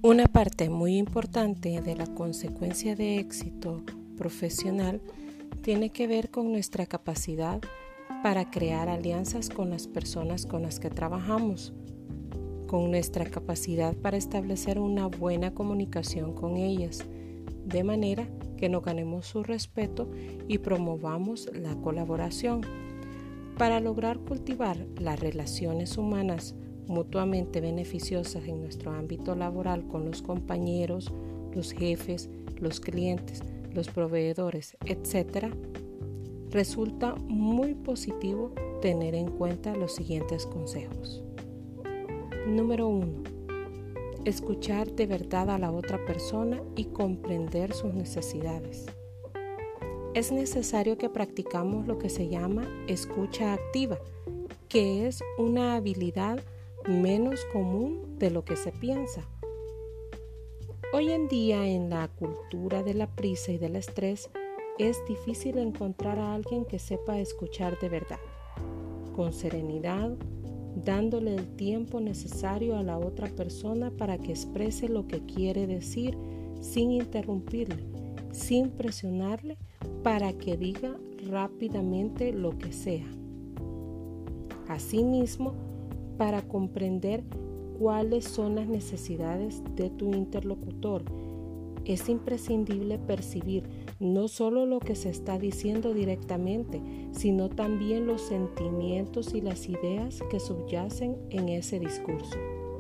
Una parte muy importante de la consecuencia de éxito profesional tiene que ver con nuestra capacidad para crear alianzas con las personas con las que trabajamos, con nuestra capacidad para establecer una buena comunicación con ellas, de manera que nos ganemos su respeto y promovamos la colaboración. Para lograr cultivar las relaciones humanas mutuamente beneficiosas en nuestro ámbito laboral con los compañeros, los jefes, los clientes, los proveedores, etc., resulta muy positivo tener en cuenta los siguientes consejos. Número 1. Escuchar de verdad a la otra persona y comprender sus necesidades. Es necesario que practicamos lo que se llama escucha activa, que es una habilidad menos común de lo que se piensa. Hoy en día, en la cultura de la prisa y del estrés, es difícil encontrar a alguien que sepa escuchar de verdad, con serenidad, dándole el tiempo necesario a la otra persona para que exprese lo que quiere decir sin interrumpirle, sin presionarle para que diga rápidamente lo que sea. Asimismo, para comprender cuáles son las necesidades de tu interlocutor, es imprescindible percibir no solo lo que se está diciendo directamente, sino también los sentimientos y las ideas que subyacen en ese discurso.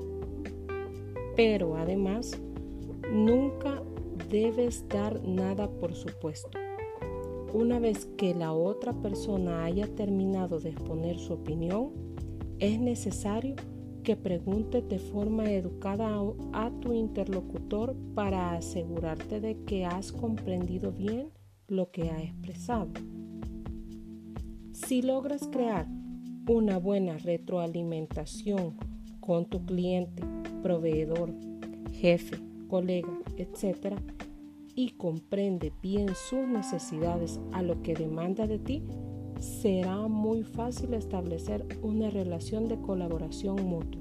Pero además, nunca debes dar nada por supuesto. Una vez que la otra persona haya terminado de exponer su opinión, es necesario que preguntes de forma educada a tu interlocutor para asegurarte de que has comprendido bien lo que ha expresado. Si logras crear una buena retroalimentación con tu cliente, proveedor, jefe, colega, etc., y comprende bien sus necesidades a lo que demanda de ti, será muy fácil establecer una relación de colaboración mutua.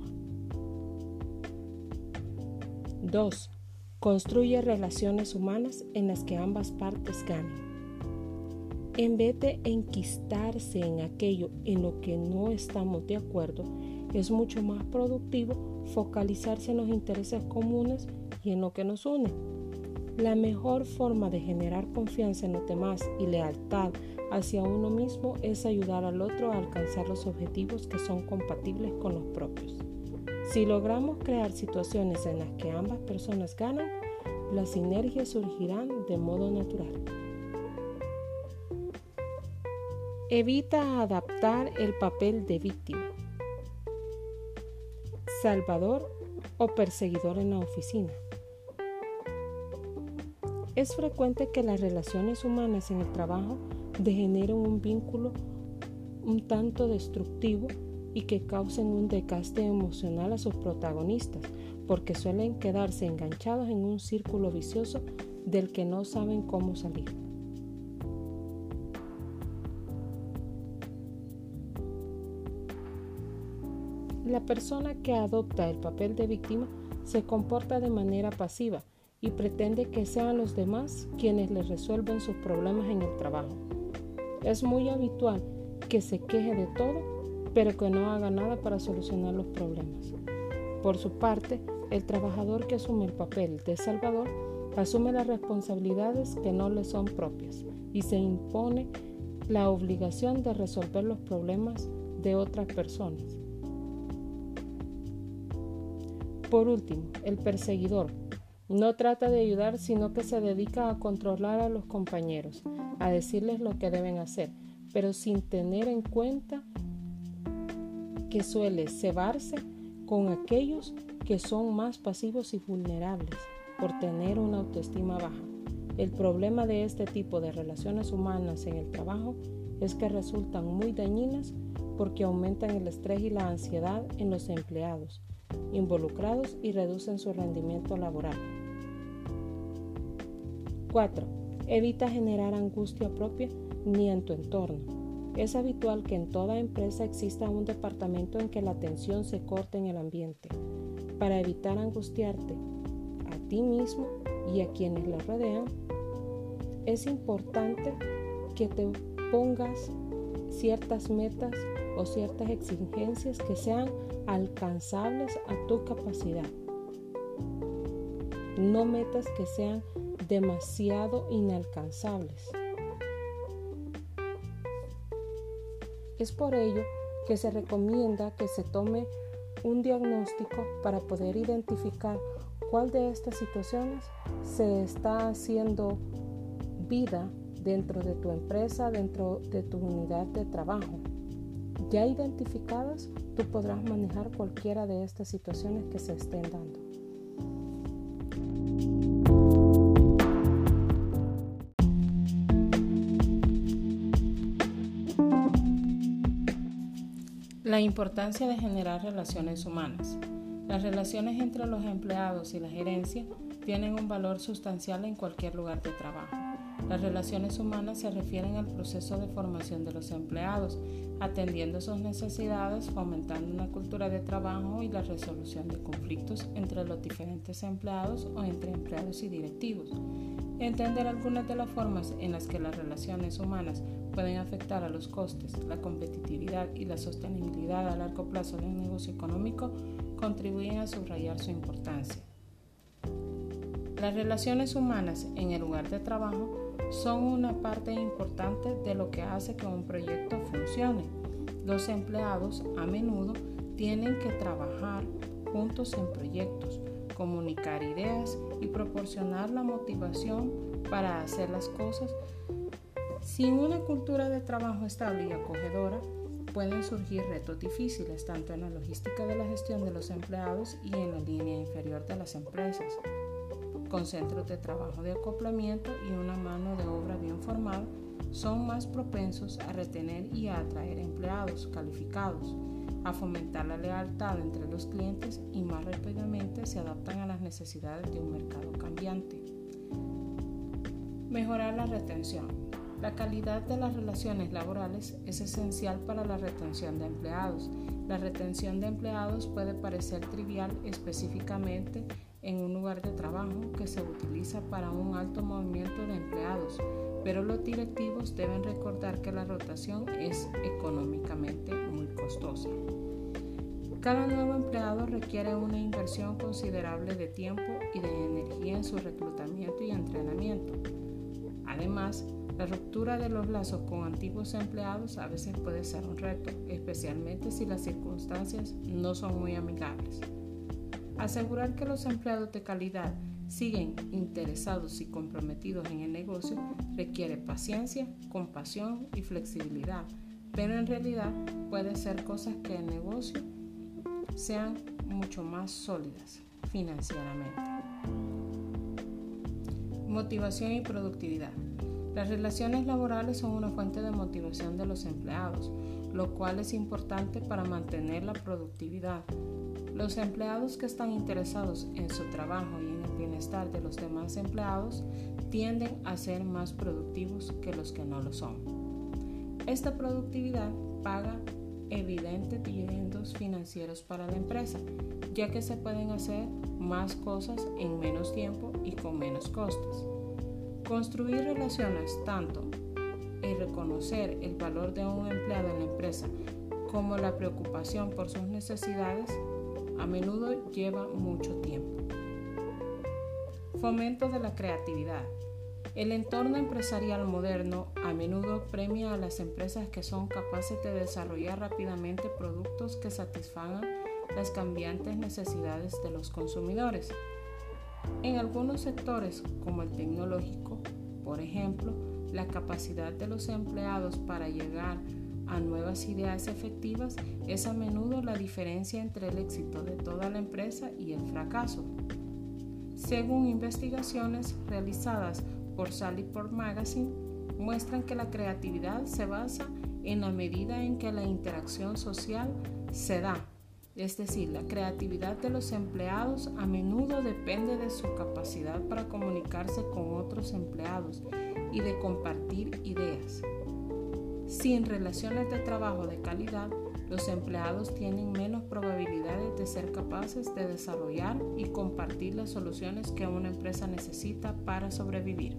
2. Construye relaciones humanas en las que ambas partes ganen. En vez de enquistarse en aquello en lo que no estamos de acuerdo, es mucho más productivo focalizarse en los intereses comunes y en lo que nos une. La mejor forma de generar confianza en los demás y lealtad hacia uno mismo es ayudar al otro a alcanzar los objetivos que son compatibles con los propios. Si logramos crear situaciones en las que ambas personas ganan, las sinergias surgirán de modo natural. Evita adaptar el papel de víctima, salvador o perseguidor en la oficina. Es frecuente que las relaciones humanas en el trabajo degeneren un vínculo un tanto destructivo y que causen un desgaste emocional a sus protagonistas, porque suelen quedarse enganchados en un círculo vicioso del que no saben cómo salir. La persona que adopta el papel de víctima se comporta de manera pasiva y pretende que sean los demás quienes le resuelven sus problemas en el trabajo. Es muy habitual que se queje de todo, pero que no haga nada para solucionar los problemas. Por su parte, el trabajador que asume el papel de salvador asume las responsabilidades que no le son propias y se impone la obligación de resolver los problemas de otras personas. Por último, el perseguidor no trata de ayudar, sino que se dedica a controlar a los compañeros, a decirles lo que deben hacer, pero sin tener en cuenta que suele cebarse con aquellos que son más pasivos y vulnerables por tener una autoestima baja. El problema de este tipo de relaciones humanas en el trabajo es que resultan muy dañinas porque aumentan el estrés y la ansiedad en los empleados involucrados y reducen su rendimiento laboral. 4. Evita generar angustia propia ni en tu entorno. Es habitual que en toda empresa exista un departamento en que la tensión se corte en el ambiente. Para evitar angustiarte ti mismo y a quienes lo rodean, es importante que te pongas ciertas metas o ciertas exigencias que sean alcanzables a tu capacidad. No metas que sean demasiado inalcanzables. Es por ello que se recomienda que se tome un diagnóstico para poder identificar cuál de estas situaciones se está haciendo vida dentro de tu empresa, dentro de tu unidad de trabajo. Ya identificadas, tú podrás manejar cualquiera de estas situaciones que se estén dando. La importancia de generar relaciones humanas. Las relaciones entre los empleados y la gerencia tienen un valor sustancial en cualquier lugar de trabajo. Las relaciones humanas se refieren al proceso de formación de los empleados, atendiendo sus necesidades, fomentando una cultura de trabajo y la resolución de conflictos entre los diferentes empleados o entre empleados y directivos. Entender algunas de las formas en las que las relaciones humanas pueden afectar a los costes, la competitividad y la sostenibilidad a largo plazo de un negocio económico contribuyen a subrayar su importancia. Las relaciones humanas en el lugar de trabajo son una parte importante de lo que hace que un proyecto funcione. Los empleados a menudo tienen que trabajar juntos en proyectos, comunicar ideas y proporcionar la motivación para hacer las cosas. Sin una cultura de trabajo estable y acogedora, pueden surgir retos difíciles tanto en la logística de la gestión de los empleados y en la línea inferior de las empresas. Con centros de trabajo de acoplamiento y una mano de obra bien formada, son más propensos a retener y a atraer empleados calificados, a fomentar la lealtad entre los clientes y más rápidamente se adaptan a las necesidades de un mercado cambiante. Mejorar la retención. La calidad de las relaciones laborales es esencial para la retención de empleados. La retención de empleados puede parecer trivial específicamente en un lugar de trabajo que se utiliza para un alto movimiento de empleados, pero los directivos deben recordar que la rotación es económicamente muy costosa. Cada nuevo empleado requiere una inversión considerable de tiempo y de energía en su reclutamiento y entrenamiento. Además, la ruptura de los lazos con antiguos empleados a veces puede ser un reto, especialmente si las circunstancias no son muy amigables. Asegurar que los empleados de calidad siguen interesados y comprometidos en el negocio requiere paciencia, compasión y flexibilidad, pero en realidad puede ser cosas que el negocio sean mucho más sólidas financieramente. Motivación y productividad. Las relaciones laborales son una fuente de motivación de los empleados, lo cual es importante para mantener la productividad. Los empleados que están interesados en su trabajo y en el bienestar de los demás empleados tienden a ser más productivos que los que no lo son. Esta productividad paga evidentes dividendos financieros para la empresa, ya que se pueden hacer más cosas en menos tiempo y con menos costes. Construir relaciones tanto y reconocer el valor de un empleado en la empresa como la preocupación por sus necesidades a menudo lleva mucho tiempo. Fomento de la creatividad. El entorno empresarial moderno a menudo premia a las empresas que son capaces de desarrollar rápidamente productos que satisfagan las cambiantes necesidades de los consumidores. En algunos sectores, como el tecnológico, por ejemplo, la capacidad de los empleados para llegar a nuevas ideas efectivas es a menudo la diferencia entre el éxito de toda la empresa y el fracaso. Según investigaciones realizadas por Salesforce Magazine, muestran que la creatividad se basa en la medida en que la interacción social se da. Es decir, la creatividad de los empleados a menudo depende de su capacidad para comunicarse con otros empleados y de compartir ideas. Sin relaciones de trabajo de calidad, Los empleados tienen menos probabilidades de ser capaces de desarrollar y compartir las soluciones que una empresa necesita para sobrevivir.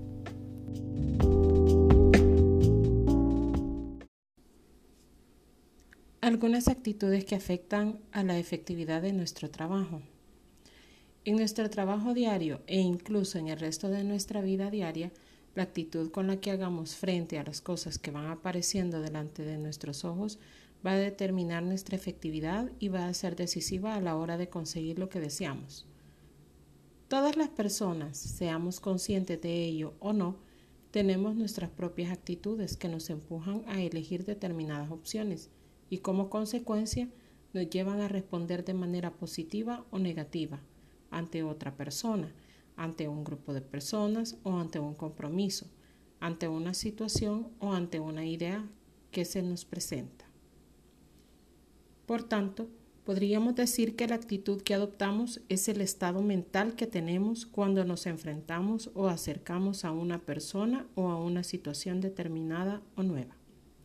Algunas actitudes que afectan a la efectividad de nuestro trabajo. En nuestro trabajo diario e incluso en el resto de nuestra vida diaria, la actitud con la que hagamos frente a las cosas que van apareciendo delante de nuestros ojos va a determinar nuestra efectividad y va a ser decisiva a la hora de conseguir lo que deseamos. Todas las personas, seamos conscientes de ello o no, tenemos nuestras propias actitudes que nos empujan a elegir determinadas opciones y como consecuencia nos llevan a responder de manera positiva o negativa ante otra persona, ante un grupo de personas o ante un compromiso, ante una situación o ante una idea que se nos presenta. Por tanto, podríamos decir que la actitud que adoptamos es el estado mental que tenemos cuando nos enfrentamos o acercamos a una persona o a una situación determinada o nueva.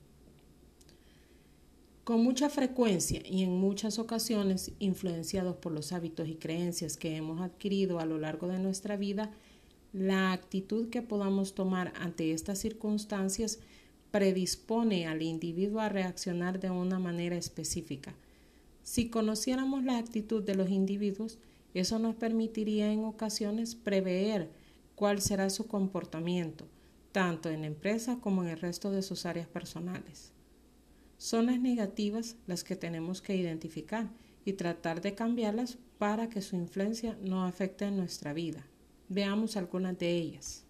Con mucha frecuencia y en muchas ocasiones, influenciados por los hábitos y creencias que hemos adquirido a lo largo de nuestra vida, la actitud que podamos tomar ante estas circunstancias predispone al individuo a reaccionar de una manera específica. Si conociéramos la actitud de los individuos, eso nos permitiría en ocasiones prever cuál será su comportamiento, tanto en la empresa como en el resto de sus áreas personales. Son las negativas las que tenemos que identificar y tratar de cambiarlas para que su influencia no afecte nuestra vida. Veamos algunas de ellas.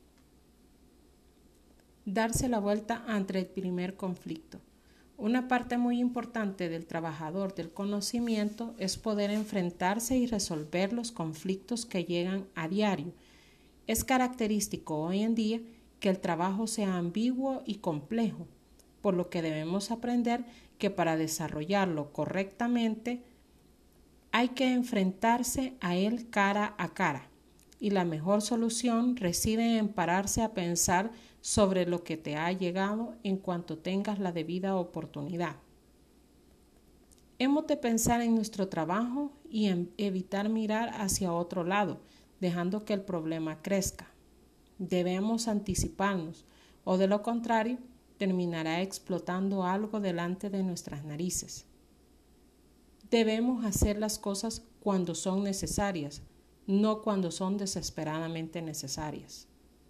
Darse la vuelta ante el primer conflicto. Una parte muy importante del trabajador del conocimiento es poder enfrentarse y resolver los conflictos que llegan a diario. Es característico hoy en día que el trabajo sea ambiguo y complejo, por lo que debemos aprender que para desarrollarlo correctamente hay que enfrentarse a él cara a cara. Y la mejor solución reside en pararse a pensar sobre lo que te ha llegado en cuanto tengas la debida oportunidad. Hemos de pensar en nuestro trabajo y en evitar mirar hacia otro lado, dejando que el problema crezca. Debemos anticiparnos, o de lo contrario, terminará explotando algo delante de nuestras narices. Debemos hacer las cosas cuando son necesarias, no cuando son desesperadamente necesarias.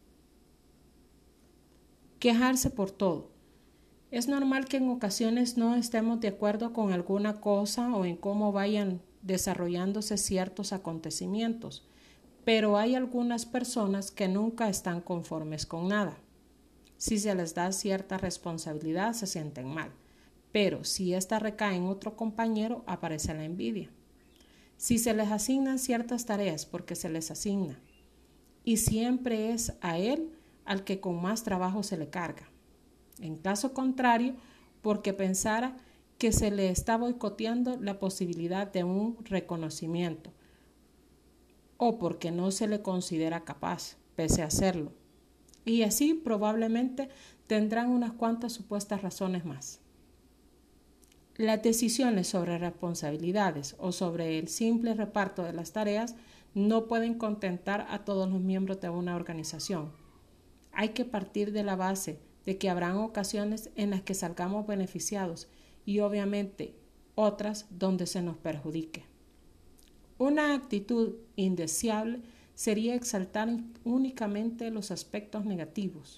Quejarse por todo. Es normal que en ocasiones no estemos de acuerdo con alguna cosa o en cómo vayan desarrollándose ciertos acontecimientos, pero hay algunas personas que nunca están conformes con nada. Si se les da cierta responsabilidad, se sienten mal, pero si ésta recae en otro compañero, aparece la envidia. Si se les asignan ciertas tareas porque se les asigna, y siempre es a él al que con más trabajo se le carga. En caso contrario, porque pensara que se le está boicoteando la posibilidad de un reconocimiento, o porque no se le considera capaz, pese a hacerlo. Y así probablemente tendrán unas cuantas supuestas razones más. Las decisiones sobre responsabilidades o sobre el simple reparto de las tareas no pueden contentar a todos los miembros de una organización. Hay que partir de la base de que habrán ocasiones en las que salgamos beneficiados y obviamente otras donde se nos perjudique. Una actitud indeseable sería exaltar únicamente los aspectos negativos.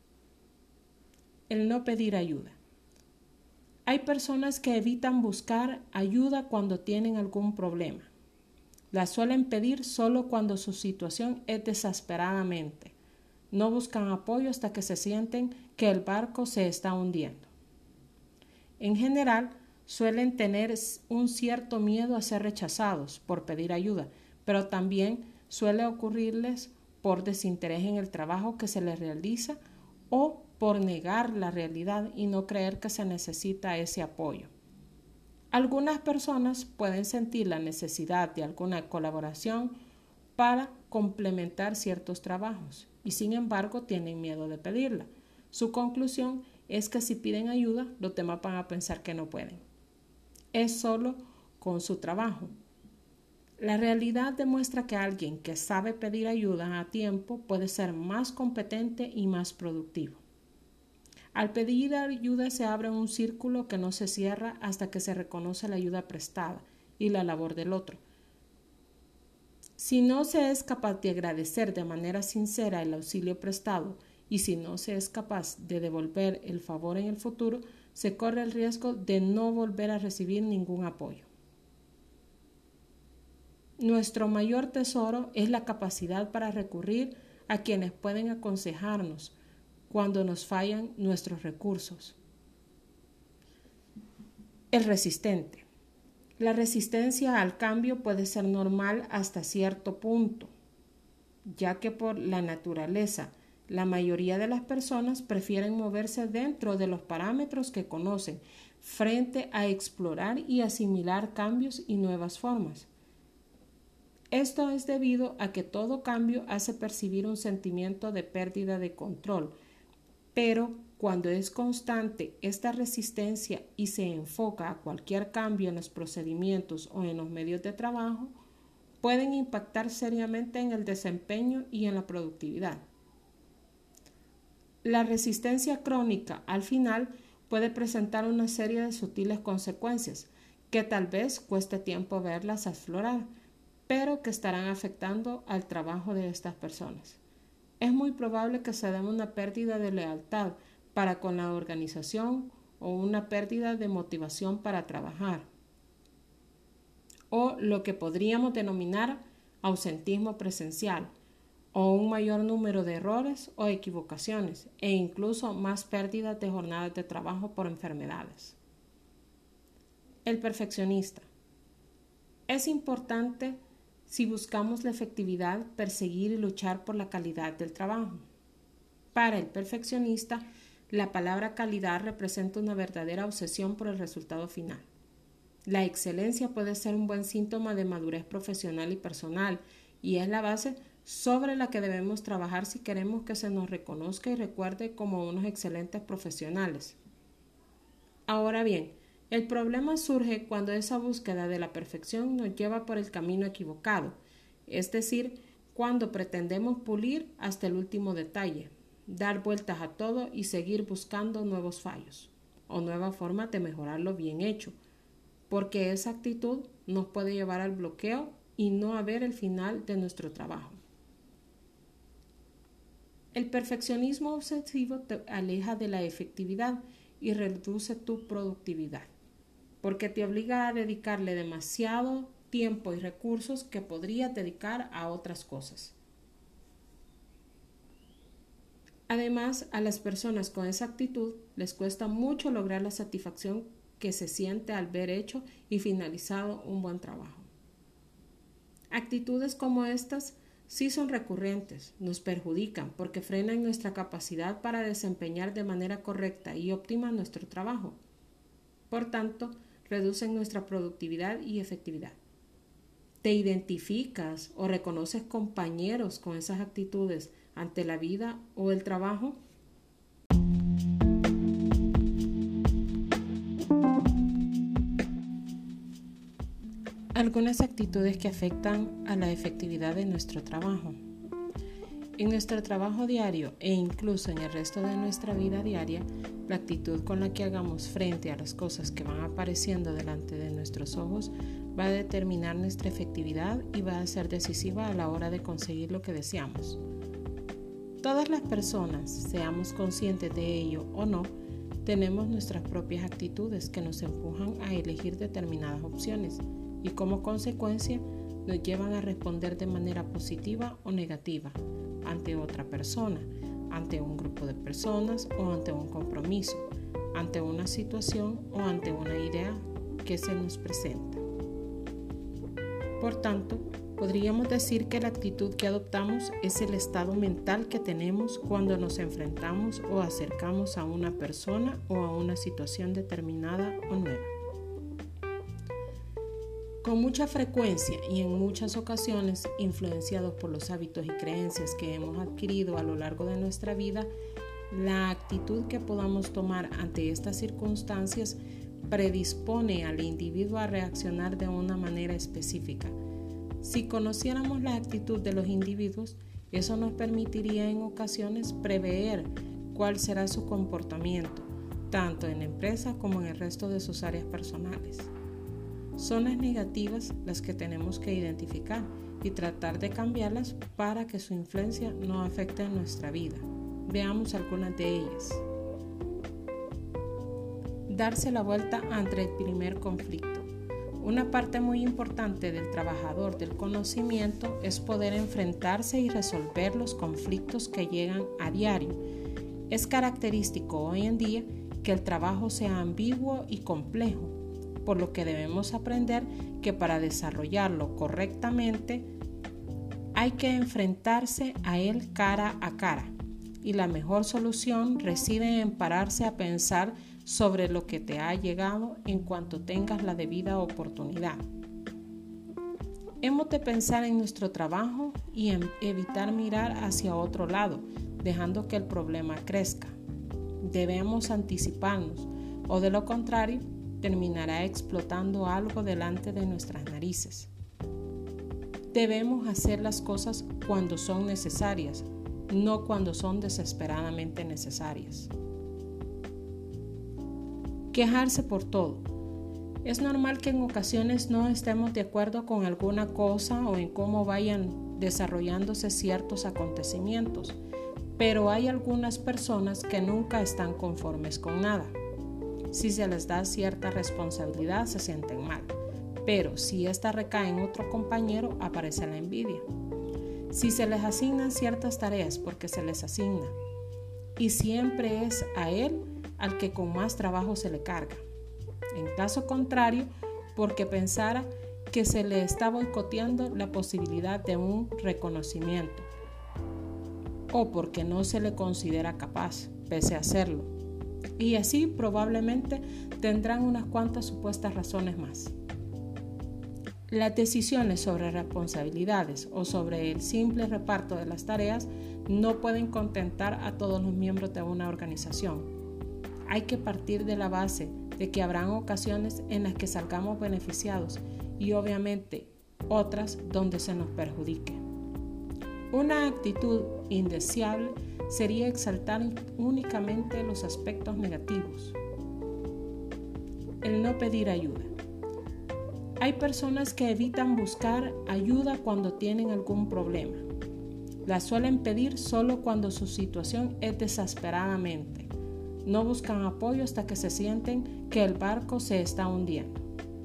El no pedir ayuda. Hay personas que evitan buscar ayuda cuando tienen algún problema. La suelen pedir solo cuando su situación es desesperadamente. No buscan apoyo hasta que se sienten que el barco se está hundiendo. En general, suelen tener un cierto miedo a ser rechazados por pedir ayuda, pero también suele ocurrirles por desinterés en el trabajo que se les realiza o por negar la realidad y no creer que se necesita ese apoyo. Algunas personas pueden sentir la necesidad de alguna colaboración para complementar ciertos trabajos y sin embargo tienen miedo de pedirla. Su conclusión es que si piden ayuda, los demás van a pensar que no pueden. es solo con su trabajo. La realidad demuestra que alguien que sabe pedir ayuda a tiempo puede ser más competente y más productivo. Al pedir ayuda se abre un círculo que no se cierra hasta que se reconoce la ayuda prestada y la labor del otro. Si no se es capaz de agradecer de manera sincera el auxilio prestado y si no se es capaz de devolver el favor en el futuro, se corre el riesgo de no volver a recibir ningún apoyo. Nuestro mayor tesoro es la capacidad para recurrir a quienes pueden aconsejarnos cuando nos fallan nuestros recursos. El resistente. La resistencia al cambio puede ser normal hasta cierto punto, ya que por la naturaleza, la mayoría de las personas prefieren moverse dentro de los parámetros que conocen, frente a explorar y asimilar cambios y nuevas formas. Esto es debido a que todo cambio hace percibir un sentimiento de pérdida de control, pero cuando es constante esta resistencia y se enfoca a cualquier cambio en los procedimientos o en los medios de trabajo, pueden impactar seriamente en el desempeño y en la productividad. La resistencia crónica, al final, puede presentar una serie de sutiles consecuencias que tal vez cueste tiempo verlas aflorar, pero que estarán afectando al trabajo de estas personas. Es muy probable que se dé una pérdida de lealtad para con la organización o una pérdida de motivación para trabajar, o lo que podríamos denominar ausentismo presencial, o un mayor número de errores o equivocaciones, e incluso más pérdidas de jornadas de trabajo por enfermedades. El perfeccionista. Es importante, si buscamos la efectividad, perseguir y luchar por la calidad del trabajo. Para el perfeccionista, la palabra calidad representa una verdadera obsesión por el resultado final. La excelencia puede ser un buen síntoma de madurez profesional y personal, y es la base sobre la que debemos trabajar si queremos que se nos reconozca y recuerde como unos excelentes profesionales. Ahora bien, el problema surge cuando esa búsqueda de la perfección nos lleva por el camino equivocado, es decir, cuando pretendemos pulir hasta el último detalle, dar vueltas a todo y seguir buscando nuevos fallos o nuevas formas de mejorar lo bien hecho, porque esa actitud nos puede llevar al bloqueo y no a ver el final de nuestro trabajo. El perfeccionismo obsesivo te aleja de la efectividad y reduce tu productividad, porque te obliga a dedicarle demasiado tiempo y recursos que podrías dedicar a otras cosas. Además, a las personas con esa actitud les cuesta mucho lograr la satisfacción que se siente al ver hecho y finalizado un buen trabajo. Actitudes como estas sí son recurrentes, nos perjudican porque frenan nuestra capacidad para desempeñar de manera correcta y óptima nuestro trabajo. Por tanto, reducen nuestra productividad y efectividad. ¿Te identificas o reconoces compañeros con esas actitudes ante la vida o el trabajo? Algunas actitudes que afectan a la efectividad de nuestro trabajo. En nuestro trabajo diario e incluso en el resto de nuestra vida diaria, la actitud con la que hagamos frente a las cosas que van apareciendo delante de nuestros ojos va a determinar nuestra efectividad y va a ser decisiva a la hora de conseguir lo que deseamos. Todas las personas, seamos conscientes de ello o no, tenemos nuestras propias actitudes que nos empujan a elegir determinadas opciones y como consecuencia nos llevan a responder de manera positiva o negativa ante otra persona, ante un grupo de personas o ante un compromiso, ante una situación o ante una idea que se nos presenta. Por tanto, podríamos decir que la actitud que adoptamos es el estado mental que tenemos cuando nos enfrentamos o acercamos a una persona o a una situación determinada o nueva. Con mucha frecuencia y en muchas ocasiones, influenciados por los hábitos y creencias que hemos adquirido a lo largo de nuestra vida, la actitud que podamos tomar ante estas circunstancias predispone al individuo a reaccionar de una manera específica. Si conociéramos la actitud de los individuos, eso nos permitiría en ocasiones prever cuál será su comportamiento, tanto en la empresa como en el resto de sus áreas personales. Son las negativas las que tenemos que identificar y tratar de cambiarlas para que su influencia no afecte nuestra vida. Veamos algunas de ellas. Darse la vuelta ante el primer conflicto. Una parte muy importante del trabajador del conocimiento es poder enfrentarse y resolver los conflictos que llegan a diario. Es característico hoy en día que el trabajo sea ambiguo y complejo, por lo que debemos aprender que para desarrollarlo correctamente hay que enfrentarse a él cara a cara, y la mejor solución reside en pararse a pensar sobre lo que te ha llegado en cuanto tengas la debida oportunidad. Hemos de pensar en nuestro trabajo y evitar mirar hacia otro lado, dejando que el problema crezca. Debemos anticiparnos, o de lo contrario, terminará explotando algo delante de nuestras narices. Debemos hacer las cosas cuando son necesarias, no cuando son desesperadamente necesarias. Quejarse por todo. Es normal que en ocasiones no estemos de acuerdo con alguna cosa o en cómo vayan desarrollándose ciertos acontecimientos, pero hay algunas personas que nunca están conformes con nada. Si se les da cierta responsabilidad, se sienten mal, pero si esta recae en otro compañero, aparece la envidia. Si se les asignan ciertas tareas porque se les asigna, y siempre es a él al que con más trabajo se le carga. En caso contrario, porque pensara que se le está boicoteando la posibilidad de un reconocimiento, o porque no se le considera capaz, pese a hacerlo. Y así probablemente tendrán unas cuantas supuestas razones más. Las decisiones sobre responsabilidades o sobre el simple reparto de las tareas no pueden contentar a todos los miembros de una organización. Hay que partir de la base de que habrán ocasiones en las que salgamos beneficiados y obviamente otras donde se nos perjudique. Una actitud indeseable sería exaltar únicamente los aspectos negativos. El no pedir ayuda. Hay personas que evitan buscar ayuda cuando tienen algún problema. La suelen pedir solo cuando su situación es desesperadamente. No buscan apoyo hasta que se sienten que el barco se está hundiendo.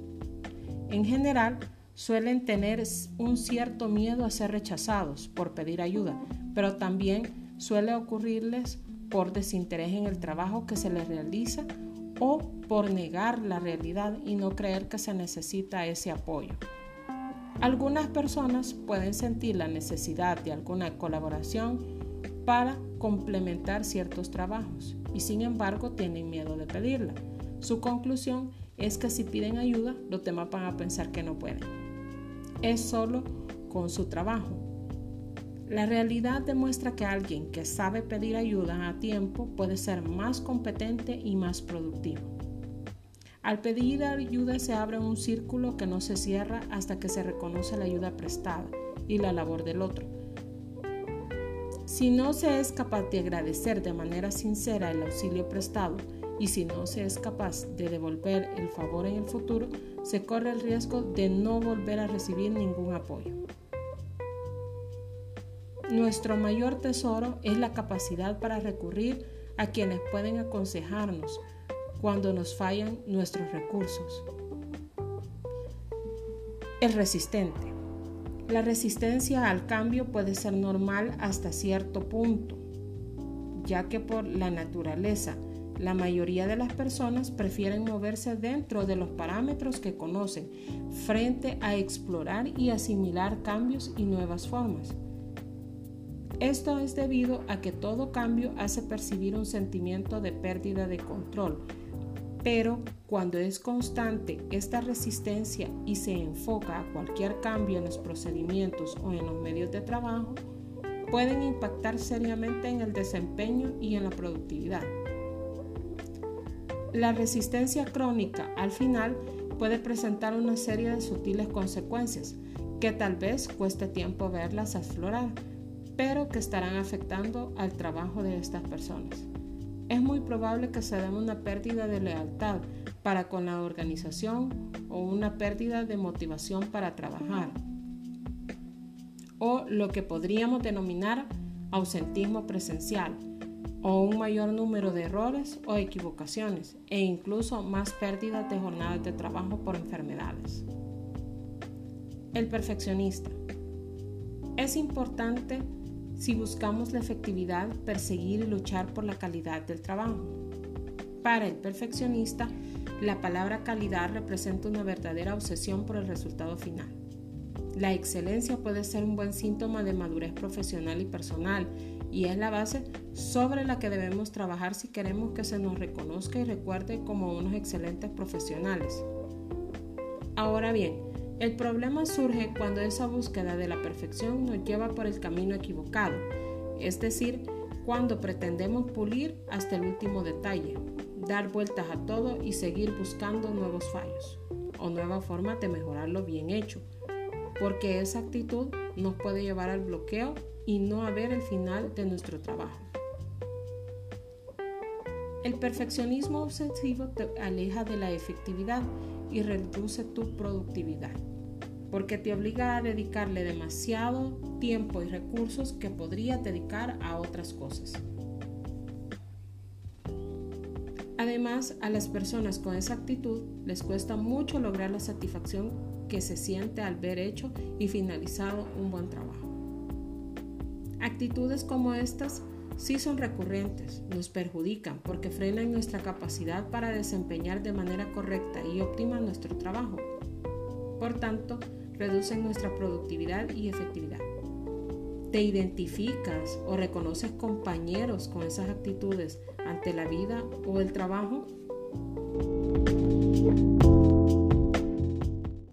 En general, suelen tener un cierto miedo a ser rechazados por pedir ayuda, pero también suele ocurrirles por desinterés en el trabajo que se les realiza o por negar la realidad y no creer que se necesita ese apoyo. Algunas personas pueden sentir la necesidad de alguna colaboración para complementar ciertos trabajos y sin embargo tienen miedo de pedirla. Su conclusión es que si piden ayuda, los demás van a pensar que no pueden. Es solo con su trabajo. La realidad demuestra que alguien que sabe pedir ayuda a tiempo puede ser más competente y más productivo. Al pedir ayuda se abre un círculo que no se cierra hasta que se reconoce la ayuda prestada y la labor del otro. Si no se es capaz de agradecer de manera sincera el auxilio prestado y si no se es capaz de devolver el favor en el futuro, se corre el riesgo de no volver a recibir ningún apoyo. Nuestro mayor tesoro es la capacidad para recurrir a quienes pueden aconsejarnos cuando nos fallan nuestros recursos. El resistente. La resistencia al cambio puede ser normal hasta cierto punto, ya que por la naturaleza, la mayoría de las personas prefieren moverse dentro de los parámetros que conocen, frente a explorar y asimilar cambios y nuevas formas. Esto es debido a que todo cambio hace percibir un sentimiento de pérdida de control, pero cuando es constante esta resistencia y se enfoca a cualquier cambio en los procedimientos o en los medios de trabajo, pueden impactar seriamente en el desempeño y en la productividad. La resistencia crónica al final puede presentar una serie de sutiles consecuencias que tal vez cueste tiempo verlas aflorar, pero que estarán afectando al trabajo de estas personas. Es muy probable que se dé una pérdida de lealtad para con la organización o una pérdida de motivación para trabajar, o lo que podríamos denominar ausentismo presencial, o un mayor número de errores o equivocaciones, e incluso más pérdidas de jornadas de trabajo por enfermedades. El perfeccionista. Es importante, si buscamos la efectividad, perseguir y luchar por la calidad del trabajo. Para el perfeccionista, la palabra calidad representa una verdadera obsesión por el resultado final. La excelencia puede ser un buen síntoma de madurez profesional y personal, y es la base sobre la que debemos trabajar si queremos que se nos reconozca y recuerde como unos excelentes profesionales. Ahora bien, el problema surge cuando esa búsqueda de la perfección nos lleva por el camino equivocado, es decir, cuando pretendemos pulir hasta el último detalle, dar vueltas a todo y seguir buscando nuevos fallos o nuevas formas de mejorar lo bien hecho, porque esa actitud nos puede llevar al bloqueo y no a ver el final de nuestro trabajo. El perfeccionismo obsesivo te aleja de la efectividad y reduce tu productividad, porque te obliga a dedicarle demasiado tiempo y recursos que podrías dedicar a otras cosas. Además, a las personas con esa actitud les cuesta mucho lograr la satisfacción que se siente al ver hecho y finalizado un buen trabajo. Actitudes como estas sí son recurrentes, nos perjudican porque frenan nuestra capacidad para desempeñar de manera correcta y óptima nuestro trabajo. Por tanto, reducen nuestra productividad y efectividad. ¿Te identificas o reconoces compañeros con esas actitudes ante la vida o el trabajo?